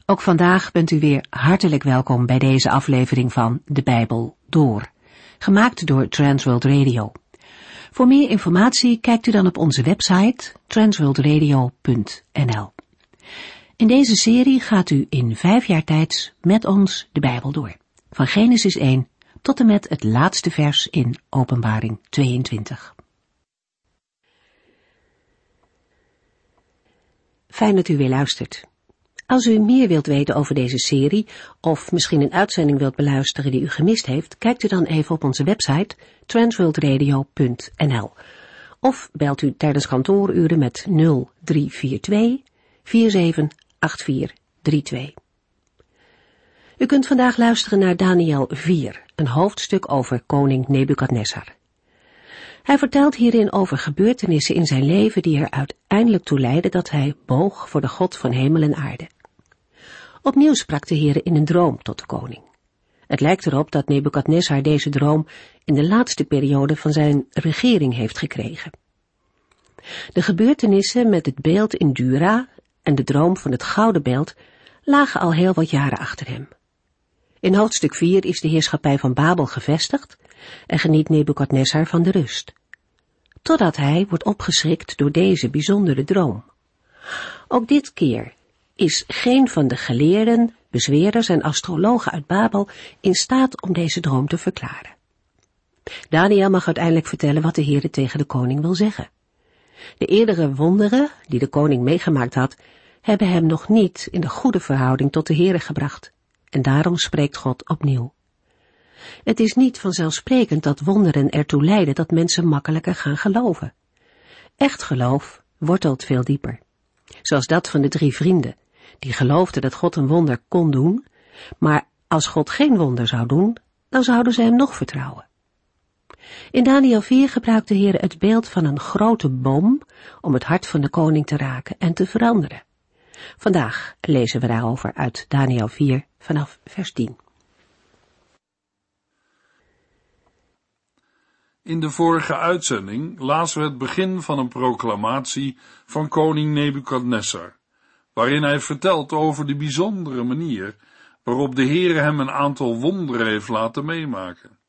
Ook vandaag bent u weer hartelijk welkom bij deze aflevering van De Bijbel Door, gemaakt door Transworld Radio. Voor meer informatie kijkt u dan op onze website transworldradio.nl. In deze serie gaat u in 5 jaar tijd met ons de Bijbel door, van Genesis 1 tot en met het laatste vers in Openbaring 22. Fijn dat u weer luistert. Als u meer wilt weten over deze serie, of misschien een uitzending wilt beluisteren die u gemist heeft, kijkt u dan even op onze website transworldradio.nl. Of belt u tijdens kantooruren met 0342 478432. U kunt vandaag luisteren naar Daniel 4, een hoofdstuk over koning Nebukadnezar. Hij vertelt hierin over gebeurtenissen in zijn leven die er uiteindelijk toe leidden dat hij boog voor de God van hemel en aarde. Opnieuw sprak de Heere in een droom tot de koning. Het lijkt erop dat Nebukadnezar deze droom in de laatste periode van zijn regering heeft gekregen. De gebeurtenissen met het beeld in Dura en de droom van het gouden beeld lagen al heel wat jaren achter hem. In hoofdstuk 4 is de heerschappij van Babel gevestigd en geniet Nebukadnezar van de rust, totdat hij wordt opgeschrikt door deze bijzondere droom. Ook dit keer is geen van de geleerden, bezweerders en astrologen uit Babel in staat om deze droom te verklaren. Daniel mag uiteindelijk vertellen wat de Heere tegen de koning wil zeggen. De eerdere wonderen die de koning meegemaakt had, hebben hem nog niet in de goede verhouding tot de Heere gebracht. En daarom spreekt God opnieuw. Het is niet vanzelfsprekend dat wonderen ertoe leiden dat mensen makkelijker gaan geloven. Echt geloof wortelt veel dieper. Zoals dat van de 3 vrienden, die geloofden dat God een wonder kon doen, maar als God geen wonder zou doen, dan zouden ze hem nog vertrouwen. In Daniel 4 gebruikt de Heer het beeld van een grote boom om het hart van de koning te raken en te veranderen. Vandaag lezen we daarover uit Daniel 4 vanaf vers 10. In de vorige uitzending lazen we het begin van een proclamatie van koning Nebukadnezar, waarin hij vertelt over de bijzondere manier waarop de Heere hem een aantal wonderen heeft laten meemaken.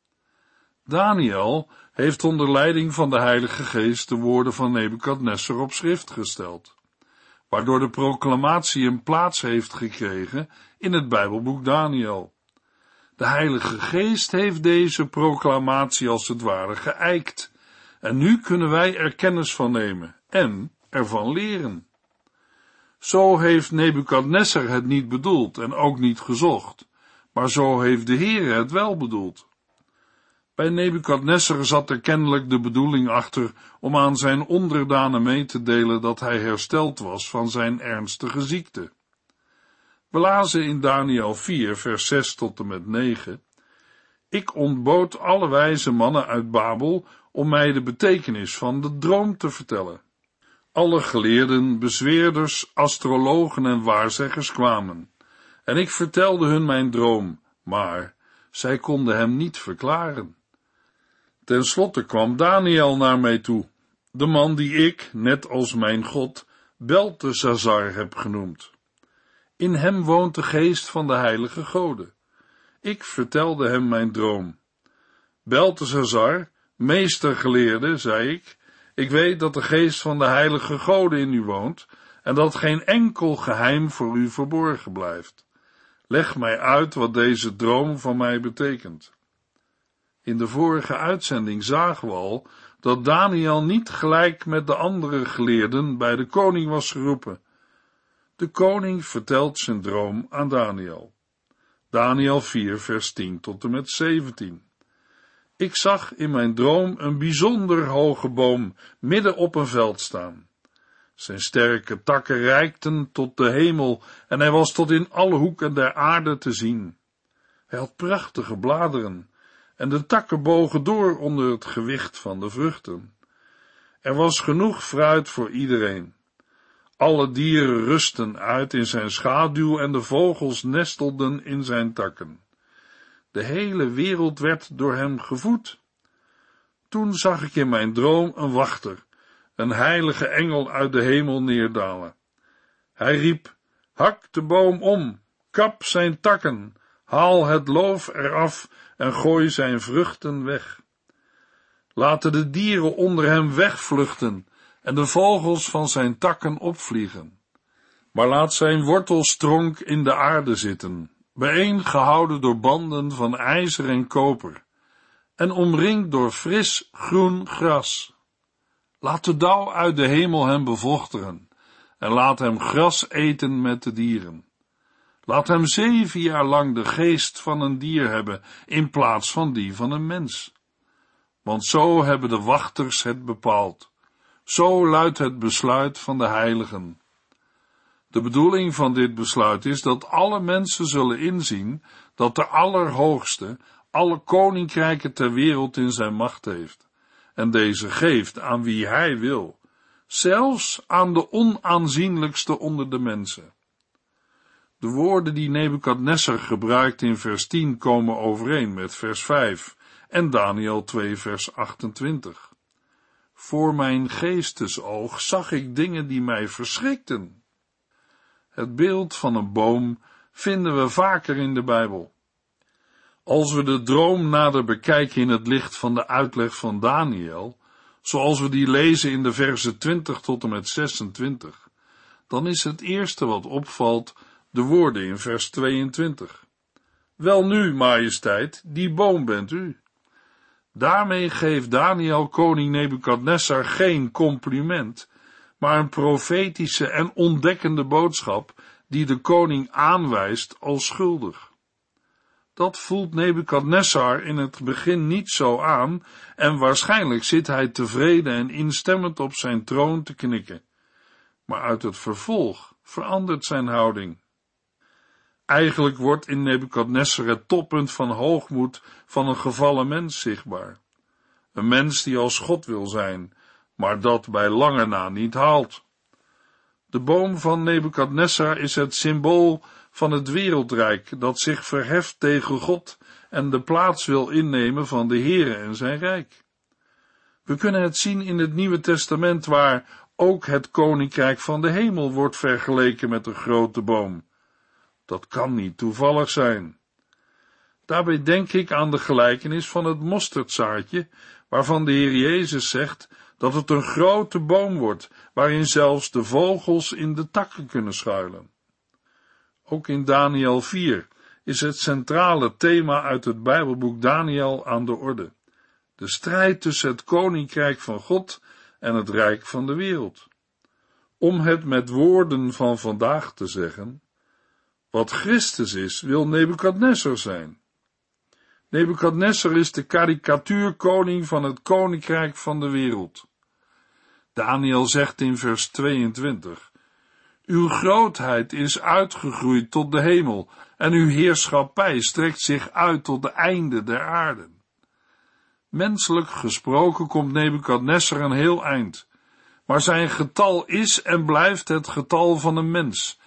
Daniel heeft onder leiding van de Heilige Geest de woorden van Nebukadnezar op schrift gesteld, waardoor de proclamatie een plaats heeft gekregen in het Bijbelboek Daniel. De Heilige Geest heeft deze proclamatie als het ware geijkt, en nu kunnen wij er kennis van nemen en ervan leren. Zo heeft Nebukadnezar het niet bedoeld en ook niet gezocht, maar zo heeft de Heere het wel bedoeld. Bij Nebukadnezar zat er kennelijk de bedoeling achter om aan zijn onderdanen mee te delen dat hij hersteld was van zijn ernstige ziekte. We lazen in Daniel 4, vers 6 tot en met 9. Ik ontbood alle wijze mannen uit Babel om mij de betekenis van de droom te vertellen. Alle geleerden, bezweerders, astrologen en waarzeggers kwamen, en ik vertelde hun mijn droom, maar zij konden hem niet verklaren. Ten slotte kwam Daniel naar mij toe, de man die ik, net als mijn God, Beltesazar heb genoemd. In hem woont de geest van de heilige goden. Ik vertelde hem mijn droom. Beltesazar, meestergeleerde, zei ik weet dat de geest van de heilige goden in u woont, en dat geen enkel geheim voor u verborgen blijft. Leg mij uit wat deze droom van mij betekent. In de vorige uitzending zagen we al dat Daniel niet gelijk met de andere geleerden bij de koning was geroepen. De koning vertelt zijn droom aan Daniel. Daniel 4, vers 10 tot en met 17. Ik zag in mijn droom een bijzonder hoge boom midden op een veld staan. Zijn sterke takken reikten tot de hemel en hij was tot in alle hoeken der aarde te zien. Hij had prachtige bladeren en de takken bogen door onder het gewicht van de vruchten. Er was genoeg fruit voor iedereen. Alle dieren rustten uit in zijn schaduw en de vogels nestelden in zijn takken. De hele wereld werd door hem gevoed. Toen zag ik in mijn droom een wachter, een heilige engel uit de hemel neerdalen. Hij riep, hak de boom om, Kap zijn takken, haal het loof eraf en gooi zijn vruchten weg. Laten de dieren onder hem wegvluchten en de vogels van zijn takken opvliegen. Maar laat zijn wortelstronk in de aarde zitten, bijeengehouden door banden van ijzer en koper, en omringd door fris groen gras. Laat de dauw uit de hemel hem bevochtigen, en laat hem gras eten met de dieren. Laat hem 7 jaar lang de geest van een dier hebben, in plaats van die van een mens. Want zo hebben de wachters het bepaald. Zo luidt het besluit van de heiligen. De bedoeling van dit besluit is dat alle mensen zullen inzien dat de Allerhoogste alle koninkrijken ter wereld in zijn macht heeft, en deze geeft aan wie hij wil, zelfs aan de onaanzienlijkste onder de mensen. De woorden die Nebukadnessar gebruikt in vers 10 komen overeen met vers 5 en Daniel 2 vers 28. Voor mijn geestesoog zag ik dingen die mij verschrikten. Het beeld van een boom vinden we vaker in de Bijbel. Als we de droom nader bekijken in het licht van de uitleg van Daniel, zoals we die lezen in de versen 20 tot en met 26, dan is het eerste wat opvalt de woorden in vers 22. Welnu, majesteit, die boom bent u. Daarmee geeft Daniel koning Nebukadnessar geen compliment, maar een profetische en ontdekkende boodschap die de koning aanwijst als schuldig. Dat voelt Nebukadnessar in het begin niet zo aan en waarschijnlijk zit hij tevreden en instemmend op zijn troon te knikken. Maar uit het vervolg verandert zijn houding. Eigenlijk wordt in Nebukadnessar het toppunt van hoogmoed van een gevallen mens zichtbaar. Een mens die als God wil zijn, maar dat bij lange na niet haalt. De boom van Nebukadnessar is het symbool van het wereldrijk dat zich verheft tegen God en de plaats wil innemen van de Heere en zijn rijk. We kunnen het zien in het Nieuwe Testament waar ook het koninkrijk van de hemel wordt vergeleken met een grote boom. Dat kan niet toevallig zijn. Daarbij denk ik aan de gelijkenis van het mosterdzaadje, waarvan de Heer Jezus zegt dat het een grote boom wordt, waarin zelfs de vogels in de takken kunnen schuilen. Ook in Daniel 4 is het centrale thema uit het Bijbelboek Daniel aan de orde. De strijd tussen het koninkrijk van God en het rijk van de wereld. Om het met woorden van vandaag te zeggen, wat Christus is, wil Nebukadnessar zijn. Nebukadnessar is de karikatuurkoning van het koninkrijk van de wereld. Daniel zegt in vers 22, uw grootheid is uitgegroeid tot de hemel en uw heerschappij strekt zich uit tot de einde der aarde. Menselijk gesproken komt Nebukadnessar een heel eind, maar zijn getal is en blijft het getal van een mens,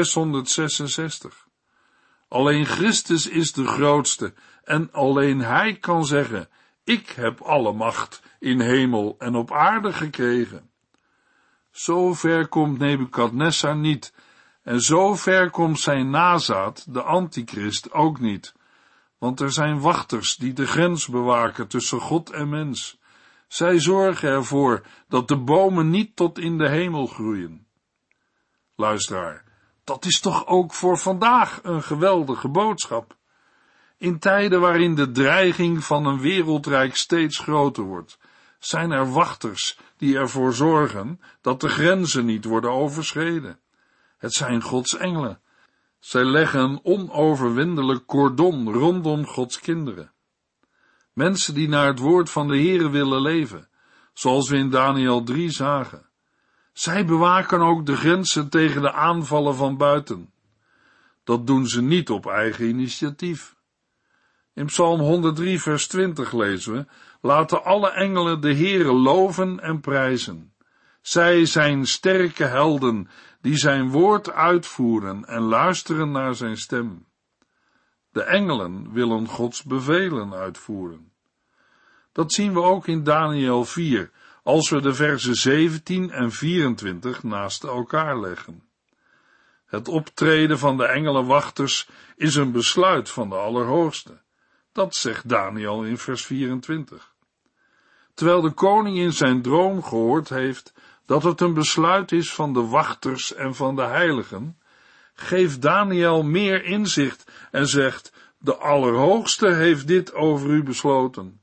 666. Alleen Christus is de grootste en alleen hij kan zeggen, ik heb alle macht in hemel en op aarde gekregen. Zo ver komt Nebukadnessar niet en zo ver komt zijn nazaat, de antichrist, ook niet. Want er zijn wachters die de grens bewaken tussen God en mens. Zij zorgen ervoor dat de bomen niet tot in de hemel groeien. Luisteraar, dat is toch ook voor vandaag een geweldige boodschap. In tijden waarin de dreiging van een wereldrijk steeds groter wordt, zijn er wachters die ervoor zorgen dat de grenzen niet worden overschreden. Het zijn Gods engelen. Zij leggen een onoverwinnelijk cordon rondom Gods kinderen. Mensen die naar het woord van de Heere willen leven, zoals we in Daniel 3 zagen. Zij bewaken ook de grenzen tegen de aanvallen van buiten. Dat doen ze niet op eigen initiatief. In Psalm 103 vers 20 lezen we, laten alle engelen de Heere loven en prijzen. Zij zijn sterke helden die zijn woord uitvoeren en luisteren naar zijn stem. De engelen willen Gods bevelen uitvoeren. Dat zien we ook in Daniel 4, als we de versen 17 en 24 naast elkaar leggen. Het optreden van de engelenwachters is een besluit van de Allerhoogste. Dat zegt Daniel in vers 24. Terwijl de koning in zijn droom gehoord heeft dat het een besluit is van de wachters en van de heiligen, geeft Daniel meer inzicht en zegt: de Allerhoogste heeft dit over u besloten.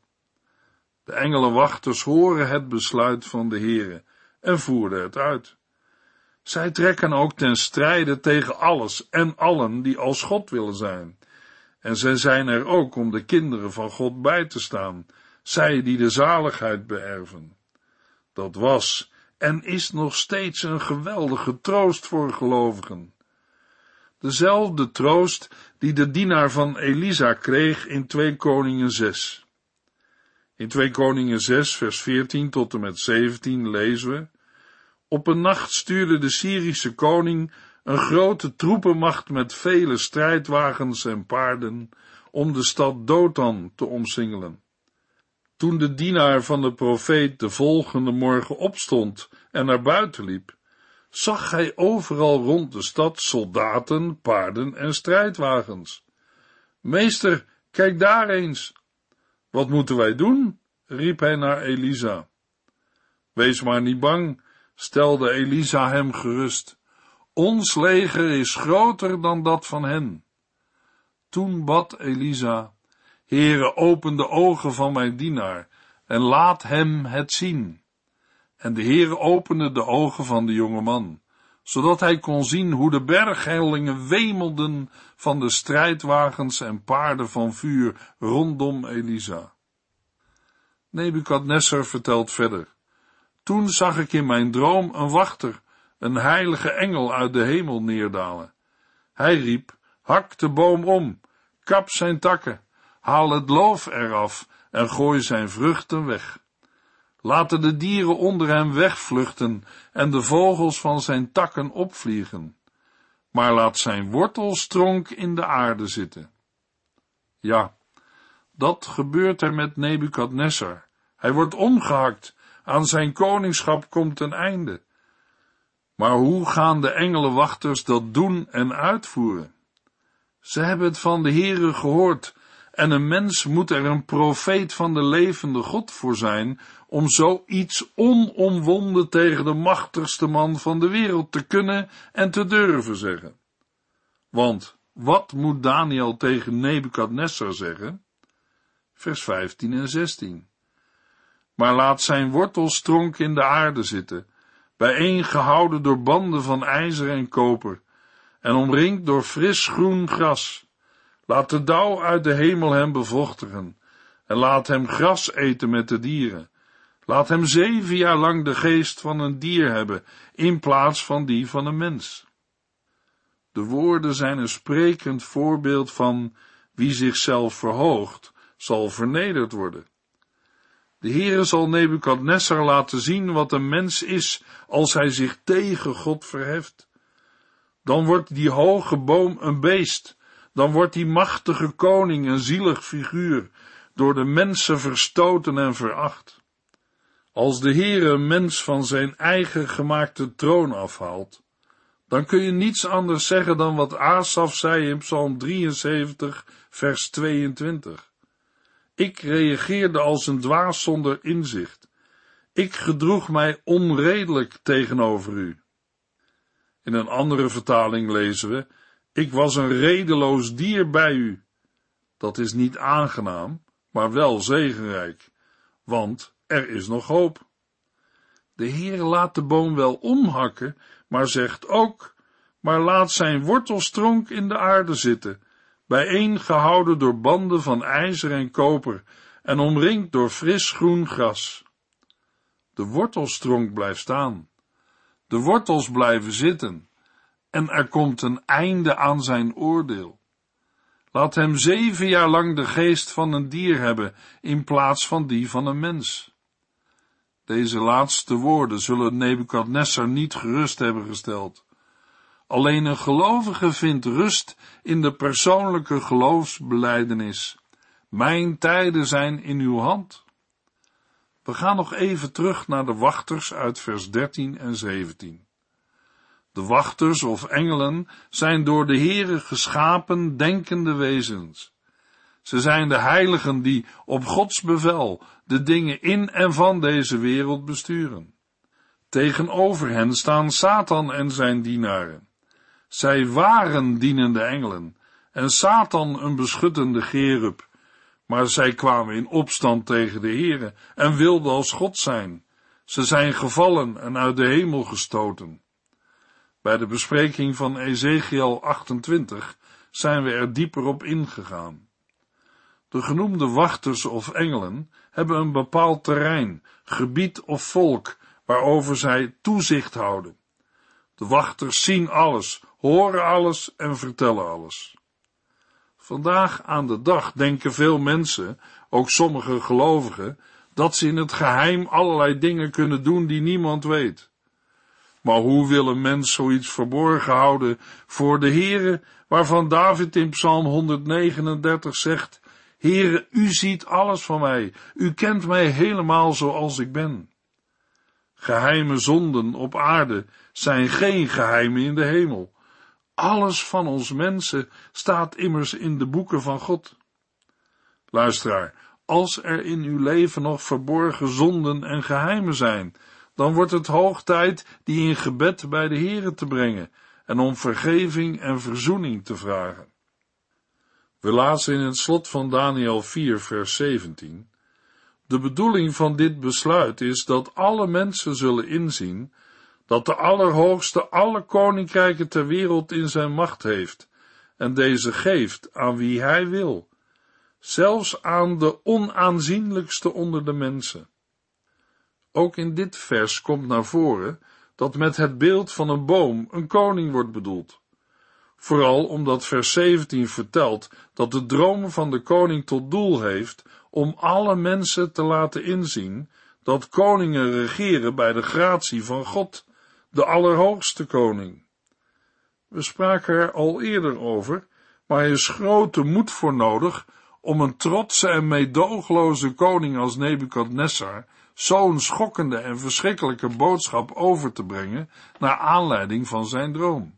De engelenwachters horen het besluit van de Heere en voeren het uit. Zij trekken ook ten strijde tegen alles en allen die als God willen zijn. En zij zijn er ook om de kinderen van God bij te staan, zij die de zaligheid beërven. Dat was en is nog steeds een geweldige troost voor gelovigen. Dezelfde troost die de dienaar van Elisa kreeg in 2 Koningen 6. In 2 Koningen 6 vers 14 tot en met 17 lezen we: op een nacht stuurde de Syrische koning een grote troepenmacht met vele strijdwagens en paarden om de stad Dothan te omsingelen. Toen de dienaar van de profeet de volgende morgen opstond en naar buiten liep, zag hij overal rond de stad soldaten, paarden en strijdwagens. Meester, kijk daar eens. Wat moeten wij doen? Riep hij naar Elisa. Wees maar niet bang, stelde Elisa hem gerust. Ons leger is groter dan dat van hen. Toen bad Elisa: Heere, open de ogen van mijn dienaar en laat hem het zien. En de Heere opende de ogen van de jonge man, zodat hij kon zien hoe de berghellingen wemelden van de strijdwagens en paarden van vuur rondom Elisa. Nebukadnessar vertelt verder: toen zag ik in mijn droom een wachter, een heilige engel uit de hemel neerdalen. Hij riep: hak de boom om, kap zijn takken, haal het loof eraf en gooi zijn vruchten weg. Laten de dieren onder hem wegvluchten en de vogels van zijn takken opvliegen. Maar laat zijn wortelstronk in de aarde zitten. Ja, dat gebeurt er met Nebukadnessar. Hij wordt omgehakt, aan zijn koningschap komt een einde. Maar hoe gaan de engelenwachters dat doen en uitvoeren? Ze hebben het van de Heere gehoord, en een mens moet er een profeet van de levende God voor zijn, om zoiets onomwonden tegen de machtigste man van de wereld te kunnen en te durven zeggen. Want wat moet Daniel tegen Nebukadnessar zeggen? Vers 15 en 16. Maar laat zijn wortelstronk in de aarde zitten, bijeengehouden door banden van ijzer en koper, en omringd door fris groen gras. Laat de dauw uit de hemel hem bevochtigen, en laat hem gras eten met de dieren. Laat hem 7 jaar lang de geest van een dier hebben, in plaats van die van een mens. De woorden zijn een sprekend voorbeeld van: wie zichzelf verhoogt, zal vernederd worden. De Heere zal Nebukadnessar laten zien wat een mens is als hij zich tegen God verheft. Dan wordt die hoge boom een beest, dan wordt die machtige koning een zielig figuur, door de mensen verstoten en veracht. Als de Heere een mens van zijn eigen gemaakte troon afhaalt, dan kun je niets anders zeggen dan wat Asaf zei in Psalm 73, vers 22. Ik reageerde als een dwaas zonder inzicht. Ik gedroeg mij onredelijk tegenover u. In een andere vertaling lezen we: ik was een redeloos dier bij u. Dat is niet aangenaam, maar wel zegenrijk, want er is nog hoop. De Heer laat de boom wel omhakken, maar zegt ook: maar laat zijn wortelstronk in de aarde zitten, bijeengehouden door banden van ijzer en koper en omringd door fris groen gras. De wortelstronk blijft staan, de wortels blijven zitten, en er komt een einde aan zijn oordeel. Laat hem 7 jaar lang de geest van een dier hebben, in plaats van die van een mens. Deze laatste woorden zullen Nebukadnessar niet gerust hebben gesteld. Alleen een gelovige vindt rust in de persoonlijke geloofsbelijdenis. Mijn tijden zijn in uw hand. We gaan nog even terug naar de wachters uit vers 13 en 17. De wachters of engelen zijn door de Heere geschapen denkende wezens. Ze zijn de heiligen die op Gods bevel de dingen in en van deze wereld besturen. Tegenover hen staan Satan en zijn dienaren. Zij waren dienende engelen en Satan een beschuttende cherub, maar zij kwamen in opstand tegen de Heere en wilden als God zijn. Ze zijn gevallen en uit de hemel gestoten. Bij de bespreking van Ezekiel 28 zijn we er dieper op ingegaan. De genoemde wachters of engelen hebben een bepaald terrein, gebied of volk waarover zij toezicht houden. De wachters zien alles, horen alles en vertellen alles. Vandaag aan de dag denken veel mensen, ook sommige gelovigen, dat ze in het geheim allerlei dingen kunnen doen die niemand weet. Maar hoe wil een mens zoiets verborgen houden voor de Heere, waarvan David in Psalm 139 zegt: Heere, u ziet alles van mij, u kent mij helemaal zoals ik ben. Geheime zonden op aarde zijn geen geheimen in de hemel. Alles van ons mensen staat immers in de boeken van God. Luisteraar, als er in uw leven nog verborgen zonden en geheimen zijn, dan wordt het hoog tijd die in gebed bij de Heere te brengen en om vergeving en verzoening te vragen. We lazen in het slot van Daniel 4 vers 17: De bedoeling van dit besluit is dat alle mensen zullen inzien dat de Allerhoogste alle koninkrijken ter wereld in zijn macht heeft en deze geeft aan wie hij wil, zelfs aan de onaanzienlijkste onder de mensen. Ook in dit vers komt naar voren dat met het beeld van een boom een koning wordt bedoeld. Vooral omdat vers 17 vertelt dat de droom van de koning tot doel heeft om alle mensen te laten inzien dat koningen regeren bij de gratie van God, de Allerhoogste Koning. We spraken er al eerder over, maar er is grote moed voor nodig om een trotse en meedogenloze koning als Nebukadnessar zo'n schokkende en verschrikkelijke boodschap over te brengen naar aanleiding van zijn droom.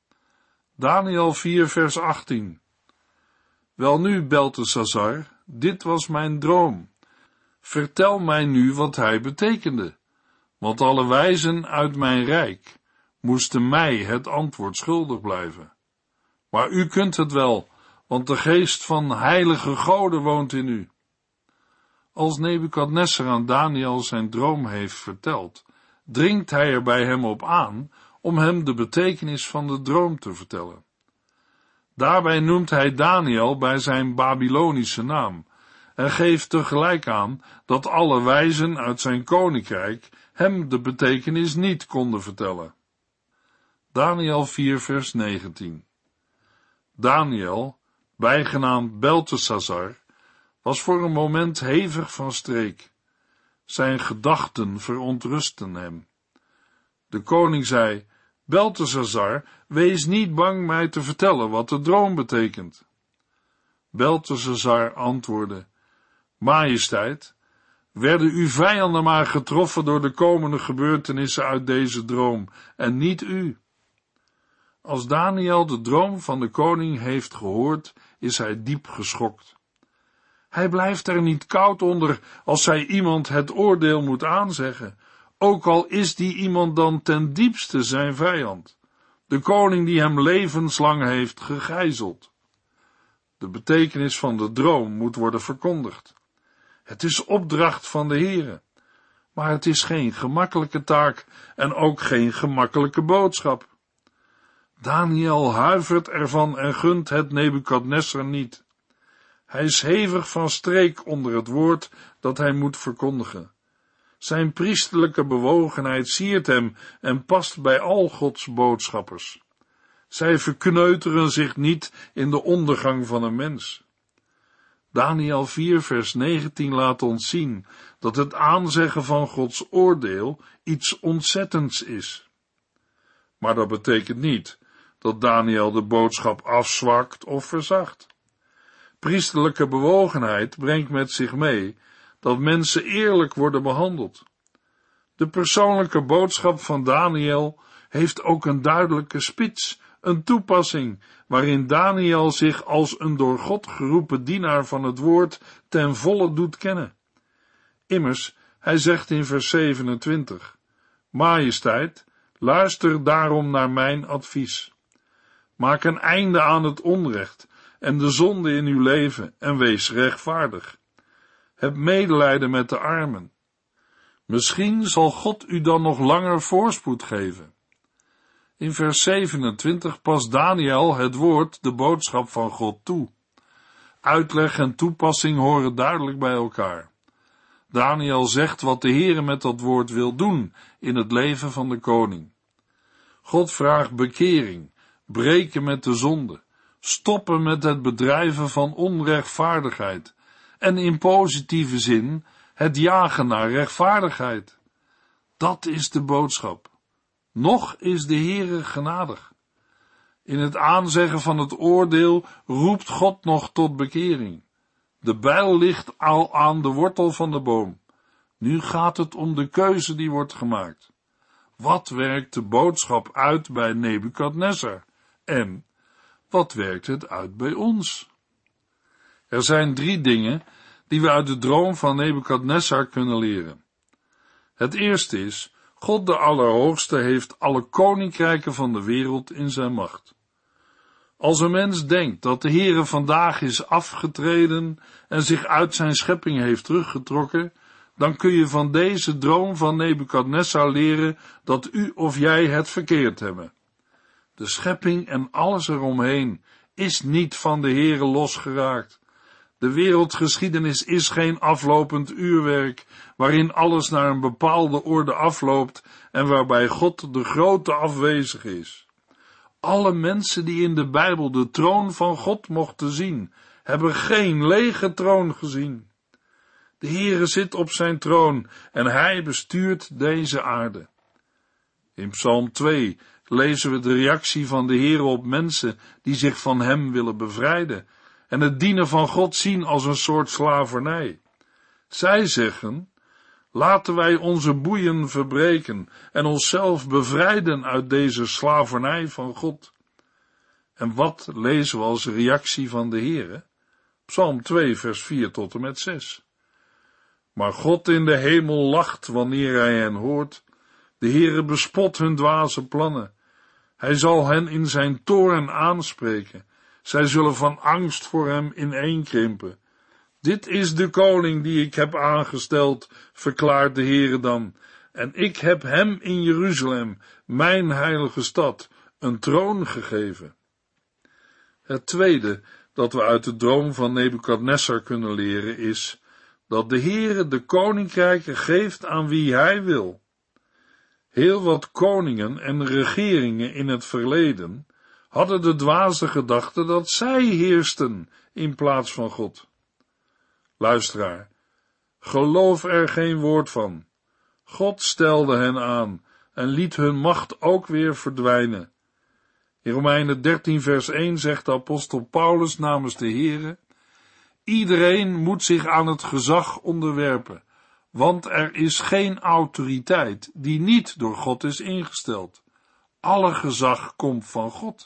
Daniel 4 vers 18. Welnu, Belteshazzar, dit was mijn droom. Vertel mij nu wat hij betekende, want alle wijzen uit mijn rijk moesten mij het antwoord schuldig blijven. Maar u kunt het wel, want de geest van heilige goden woont in u. Als Nebukadnessar aan Daniel zijn droom heeft verteld, dringt hij er bij hem op aan om hem de betekenis van de droom te vertellen. Daarbij noemt hij Daniel bij zijn Babylonische naam en geeft tegelijk aan dat alle wijzen uit zijn koninkrijk hem de betekenis niet konden vertellen. Daniel 4 vers 19. Daniel, bijgenaamd Belteshazzar, was voor een moment hevig van streek. Zijn gedachten verontrustten hem. De koning zei: Belteshazzar, wees niet bang mij te vertellen wat de droom betekent. Belteshazzar antwoordde: Majesteit, werden uw vijanden maar getroffen door de komende gebeurtenissen uit deze droom, en niet u. Als Daniel de droom van de koning heeft gehoord, is hij diep geschokt. Hij blijft er niet koud onder als hij iemand het oordeel moet aanzeggen, ook al is die iemand dan ten diepste zijn vijand, de koning die hem levenslang heeft gegijzeld. De betekenis van de droom moet worden verkondigd. Het is opdracht van de Heere, maar het is geen gemakkelijke taak en ook geen gemakkelijke boodschap. Daniel huivert ervan en gunt het Nebukadnessar niet. Hij is hevig van streek onder het woord dat hij moet verkondigen. Zijn priesterlijke bewogenheid siert hem en past bij al Gods boodschappers. Zij verkneuteren zich niet in de ondergang van een mens. Daniel 4 vers 19 laat ons zien dat het aanzeggen van Gods oordeel iets ontzettends is. Maar dat betekent niet dat Daniel de boodschap afzwakt of verzacht. Priesterlijke bewogenheid brengt met zich mee dat mensen eerlijk worden behandeld. De persoonlijke boodschap van Daniel heeft ook een duidelijke spits, een toepassing, waarin Daniel zich als een door God geroepen dienaar van het woord ten volle doet kennen. Immers, hij zegt in vers 27, Majesteit, luister daarom naar mijn advies. Maak een einde aan het onrecht en de zonde in uw leven en wees rechtvaardig. Heb medelijden met de armen. Misschien zal God u dan nog langer voorspoed geven. In vers 27 past Daniel het woord, de boodschap van God, toe. Uitleg en toepassing horen duidelijk bij elkaar. Daniel zegt wat de Heere met dat woord wil doen in het leven van de koning. God vraagt bekering, breken met de zonde, stoppen met het bedrijven van onrechtvaardigheid en in positieve zin het jagen naar rechtvaardigheid. Dat is de boodschap. Nog is de Heere genadig. In het aanzeggen van het oordeel roept God nog tot bekering. De bijl ligt al aan de wortel van de boom. Nu gaat het om de keuze die wordt gemaakt. Wat werkt de boodschap uit bij Nebukadnezar? En wat werkt het uit bij ons? Er zijn 3 dingen die we uit de droom van Nebukadnezar kunnen leren. Het eerste is, God de Allerhoogste heeft alle koninkrijken van de wereld in zijn macht. Als een mens denkt dat de Heere vandaag is afgetreden en zich uit zijn schepping heeft teruggetrokken, dan kun je van deze droom van Nebukadnezar leren dat u of jij het verkeerd hebben. De schepping en alles eromheen is niet van de Heere losgeraakt. De wereldgeschiedenis is geen aflopend uurwerk, waarin alles naar een bepaalde orde afloopt en waarbij God de grote afwezig is. Alle mensen die in de Bijbel de troon van God mochten zien, hebben geen lege troon gezien. De Heere zit op zijn troon en hij bestuurt deze aarde. In Psalm 2 lezen we de reactie van de Heere op mensen die zich van hem willen bevrijden en het dienen van God zien als een soort slavernij. Zij zeggen, laten wij onze boeien verbreken en onszelf bevrijden uit deze slavernij van God. En wat lezen we als reactie van de Heere? Psalm 2 vers 4 tot en met 6. Maar God in de hemel lacht wanneer hij hen hoort. De Heere bespot hun dwaze plannen. Hij zal hen in zijn toorn aanspreken. Zij zullen van angst voor hem ineenkrimpen. Dit is de koning die ik heb aangesteld, verklaart de Heere dan. En ik heb hem in Jeruzalem, mijn heilige stad, een troon gegeven. Het tweede dat we uit de droom van Nebukadnezar kunnen leren is, dat de Heere de koninkrijken geeft aan wie hij wil. Heel wat koningen en regeringen in het verleden hadden de dwaze gedachte dat zij heersten in plaats van God. Luisteraar, geloof er geen woord van. God stelde hen aan en liet hun macht ook weer verdwijnen. In Romeinen 13 vers 1 zegt de apostel Paulus namens de Heere, iedereen moet zich aan het gezag onderwerpen, want er is geen autoriteit die niet door God is ingesteld. Alle gezag komt van God.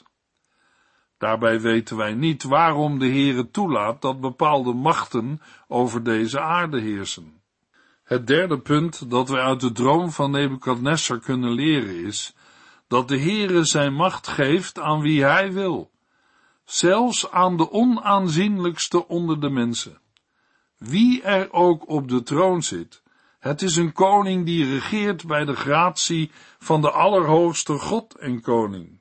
Daarbij weten wij niet waarom de Heere toelaat dat bepaalde machten over deze aarde heersen. Het derde punt dat wij uit de droom van Nebukadnezar kunnen leren is, dat de Heere zijn macht geeft aan wie hij wil, zelfs aan de onaanzienlijkste onder de mensen. Wie er ook op de troon zit, het is een koning die regeert bij de gratie van de Allerhoogste God en Koning.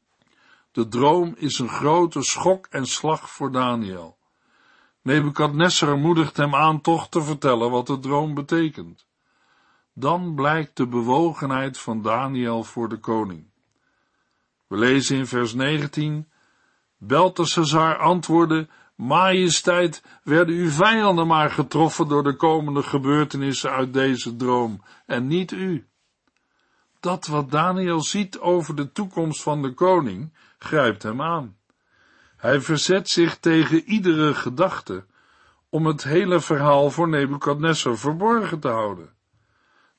De droom is een grote schok en slag voor Daniel. Nebukadnezar moedigt hem aan toch te vertellen wat de droom betekent. Dan blijkt de bewogenheid van Daniel voor de koning. We lezen in vers 19, Belteshazzar antwoordde, Majesteit, werden uw vijanden maar getroffen door de komende gebeurtenissen uit deze droom, en niet u. Dat wat Daniel ziet over de toekomst van de koning, grijpt hem aan. Hij verzet zich tegen iedere gedachte om het hele verhaal voor Nebukadnezar verborgen te houden.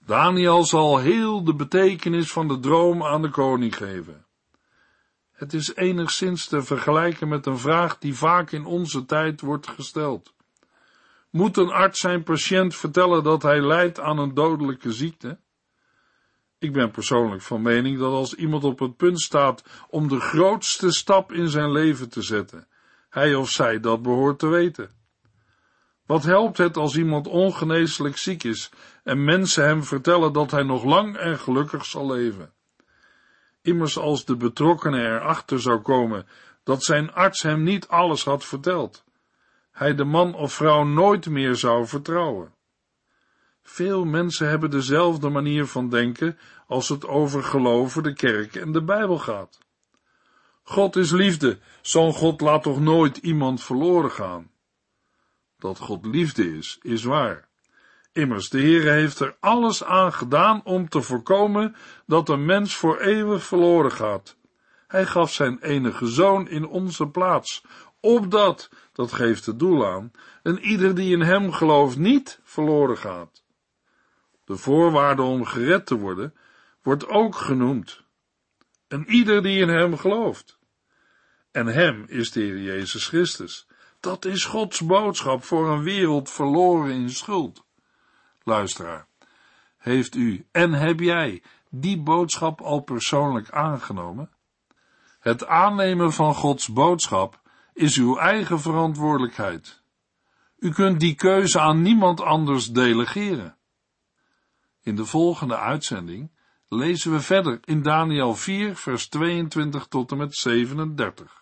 Daniel zal heel de betekenis van de droom aan de koning geven. Het is enigszins te vergelijken met een vraag die vaak in onze tijd wordt gesteld. Moet een arts zijn patiënt vertellen dat hij lijdt aan een dodelijke ziekte? Ik ben persoonlijk van mening dat als iemand op het punt staat om de grootste stap in zijn leven te zetten, hij of zij dat behoort te weten. Wat helpt het als iemand ongeneeslijk ziek is en mensen hem vertellen dat hij nog lang en gelukkig zal leven? Immers als de betrokkenen erachter zou komen dat zijn arts hem niet alles had verteld, hij de man of vrouw nooit meer zou vertrouwen. Veel mensen hebben dezelfde manier van denken als het over geloven, de kerk en de Bijbel gaat. God is liefde, zo'n God laat toch nooit iemand verloren gaan. Dat God liefde is waar. Immers, de Heere heeft er alles aan gedaan om te voorkomen dat een mens voor eeuwig verloren gaat. Hij gaf zijn enige zoon in onze plaats, opdat, dat geeft het doel aan, en ieder die in hem gelooft niet verloren gaat. De voorwaarde om gered te worden, wordt ook genoemd. En ieder die in hem gelooft. En hem is de Heer Jezus Christus. Dat is Gods boodschap voor een wereld verloren in schuld. Luisteraar, heeft u en heb jij die boodschap al persoonlijk aangenomen? Het aannemen van Gods boodschap is uw eigen verantwoordelijkheid. U kunt die keuze aan niemand anders delegeren. In de volgende uitzending lezen we verder in Daniel 4, vers 22 tot en met 37.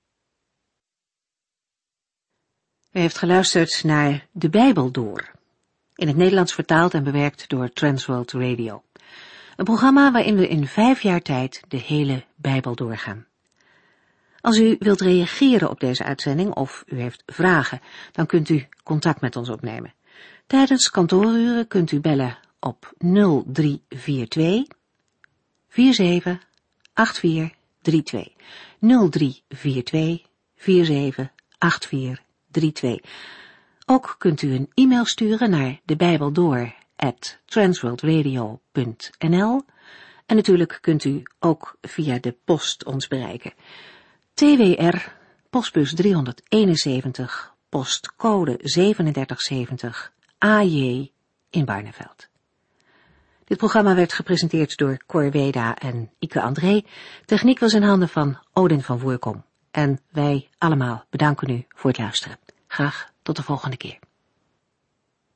U heeft geluisterd naar De Bijbel Door, in het Nederlands vertaald en bewerkt door Transworld Radio. Een programma waarin we in 5 jaar tijd de hele Bijbel doorgaan. Als u wilt reageren op deze uitzending of u heeft vragen, dan kunt u contact met ons opnemen. Tijdens kantooruren kunt u bellen op 0342 478432. 0342 478432. Ook kunt u een e-mail sturen naar debijbeldoor@transworldradio.nl en natuurlijk kunt u ook via de post ons bereiken. TWR, postbus 371, postcode 3770, AJ in Barneveld. Dit programma werd gepresenteerd door Cor Weda en Ike André. Techniek was in handen van Odin van Woerkom. En wij allemaal bedanken u voor het luisteren. Graag tot de volgende keer.